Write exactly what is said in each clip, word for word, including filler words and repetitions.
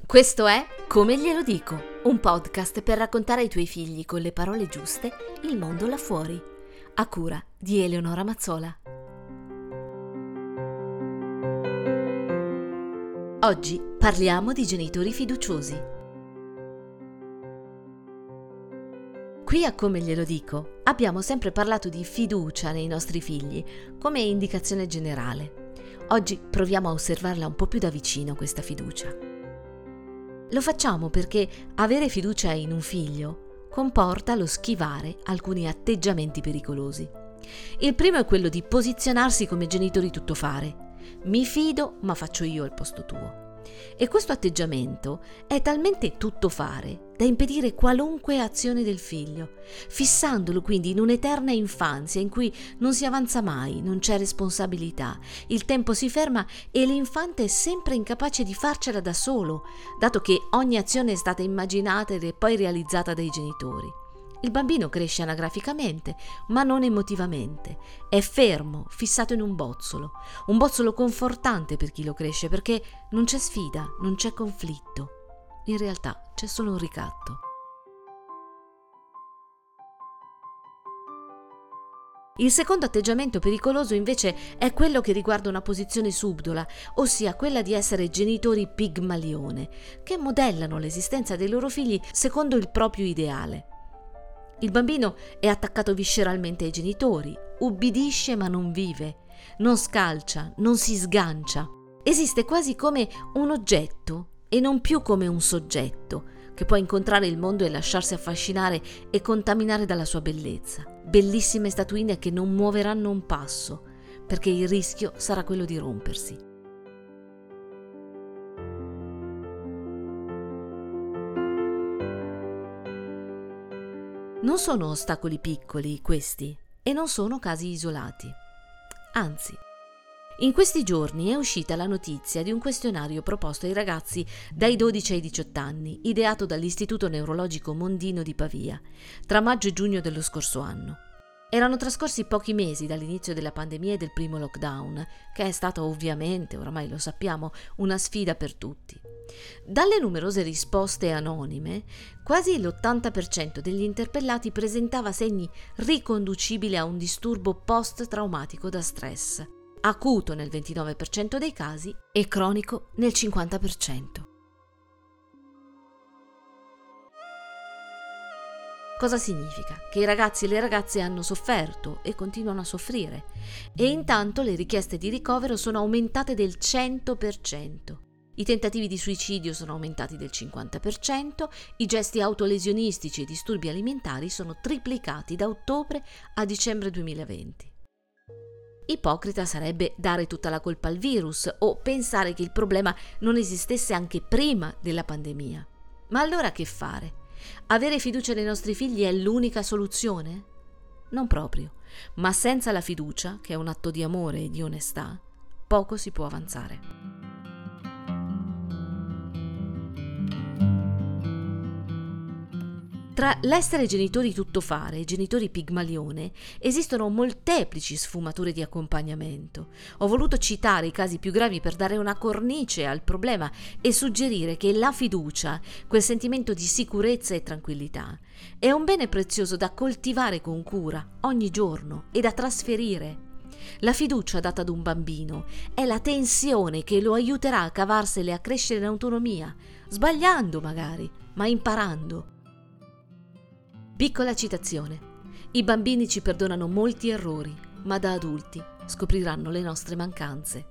Questo è Come glielo dico, un podcast per raccontare ai tuoi figli con le parole giuste il mondo là fuori, a cura di Eleonora Mazzola. Oggi parliamo di genitori fiduciosi. Qui a Come glielo dico abbiamo sempre parlato di fiducia nei nostri figli come indicazione generale. Oggi proviamo a osservarla un po' più da vicino, questa fiducia. Lo facciamo perché avere fiducia in un figlio comporta lo schivare alcuni atteggiamenti pericolosi. Il primo è quello di posizionarsi come genitori tuttofare. Mi fido, ma faccio io al posto tuo. E questo atteggiamento è talmente tuttofare da impedire qualunque azione del figlio, fissandolo quindi in un'eterna infanzia in cui non si avanza mai, non c'è responsabilità, il tempo si ferma e l'infante è sempre incapace di farcela da solo, dato che ogni azione è stata immaginata ed è poi realizzata dai genitori. Il bambino cresce anagraficamente, ma non emotivamente. È fermo, fissato in un bozzolo. Un bozzolo confortante per chi lo cresce, perché non c'è sfida, non c'è conflitto. In realtà c'è solo un ricatto. Il secondo atteggiamento pericoloso invece è quello che riguarda una posizione subdola, ossia quella di essere genitori pigmalione, che modellano l'esistenza dei loro figli secondo il proprio ideale. Il bambino è attaccato visceralmente ai genitori, ubbidisce ma non vive, non scalcia, non si sgancia. Esiste quasi come un oggetto e non più come un soggetto che può incontrare il mondo e lasciarsi affascinare e contaminare dalla sua bellezza. Bellissime statuine che non muoveranno un passo, perché il rischio sarà quello di rompersi. Non sono ostacoli piccoli questi e non sono casi isolati. Anzi, in questi giorni è uscita la notizia di un questionario proposto ai ragazzi dai dodici ai diciotto anni, ideato dall'Istituto Neurologico Mondino di Pavia, tra maggio e giugno dello scorso anno. Erano trascorsi pochi mesi dall'inizio della pandemia e del primo lockdown, che è stato ovviamente, oramai lo sappiamo, una sfida per tutti. Dalle numerose risposte anonime, quasi l'ottanta per cento degli interpellati presentava segni riconducibili a un disturbo post-traumatico da stress, acuto nel ventinove per cento dei casi e cronico nel cinquanta per cento. Cosa significa? Che i ragazzi e le ragazze hanno sofferto e continuano a soffrire e intanto le richieste di ricovero sono aumentate del cento per cento. I tentativi di suicidio sono aumentati del cinquanta per cento, i gesti autolesionistici e disturbi alimentari sono triplicati da ottobre a dicembre duemilaventi. Ipocrita sarebbe dare tutta la colpa al virus o pensare che il problema non esistesse anche prima della pandemia. Ma allora che fare? Avere fiducia nei nostri figli è l'unica soluzione? Non proprio, ma senza la fiducia, che è un atto di amore e di onestà, poco si può avanzare. Tra l'essere genitori tuttofare e genitori pigmalione esistono molteplici sfumature di accompagnamento. Ho voluto citare i casi più gravi per dare una cornice al problema e suggerire che la fiducia, quel sentimento di sicurezza e tranquillità, è un bene prezioso da coltivare con cura ogni giorno e da trasferire. La fiducia data ad un bambino è la tensione che lo aiuterà a cavarsele e a crescere in autonomia, sbagliando magari, ma imparando. Piccola citazione. I bambini ci perdonano molti errori, ma da adulti scopriranno le nostre mancanze.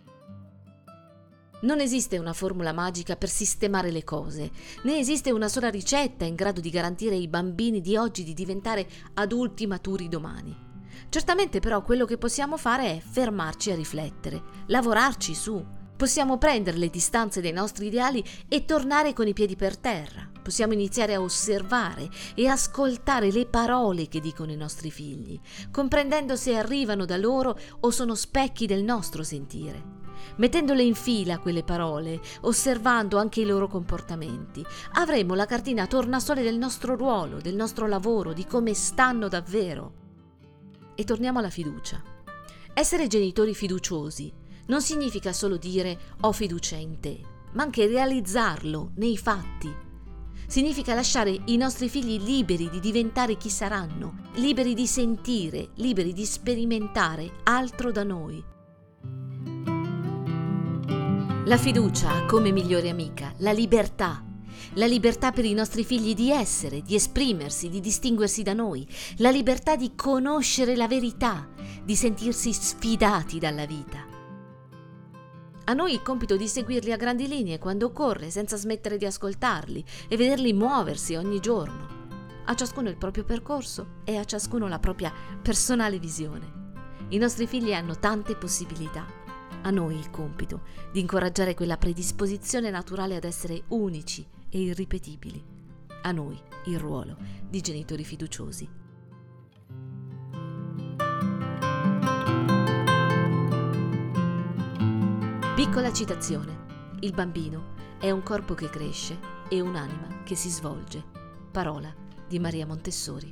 Non esiste una formula magica per sistemare le cose, né esiste una sola ricetta in grado di garantire ai bambini di oggi di diventare adulti maturi domani. Certamente però quello che possiamo fare è fermarci a riflettere, lavorarci su. Possiamo prendere le distanze dai nostri ideali e tornare con i piedi per terra. Possiamo iniziare a osservare e ascoltare le parole che dicono i nostri figli, comprendendo se arrivano da loro o sono specchi del nostro sentire. Mettendole in fila quelle parole, osservando anche i loro comportamenti, avremo la cartina tornasole del nostro ruolo, del nostro lavoro, di come stanno davvero. E torniamo alla fiducia. Essere genitori fiduciosi non significa solo dire ho fiducia in te, ma anche realizzarlo nei fatti. Significa lasciare i nostri figli liberi di diventare chi saranno, liberi di sentire, liberi di sperimentare altro da noi. La fiducia ha come migliore amica la libertà. La libertà per i nostri figli di essere, di esprimersi, di distinguersi da noi. La libertà di conoscere la verità, di sentirsi sfidati dalla vita. A noi il compito di seguirli a grandi linee quando occorre, senza smettere di ascoltarli e vederli muoversi ogni giorno. A ciascuno il proprio percorso e a ciascuno la propria personale visione. I nostri figli hanno tante possibilità. A noi il compito di incoraggiare quella predisposizione naturale ad essere unici e irripetibili. A noi il ruolo di genitori fiduciosi. Piccola citazione. Il bambino è un corpo che cresce e un'anima che si svolge. Parola di Maria Montessori.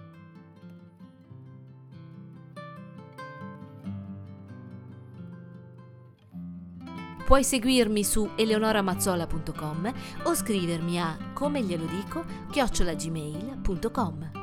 Puoi seguirmi su eleonora mazzola punto com o scrivermi a come glielo dico chiocciola gmail punto com.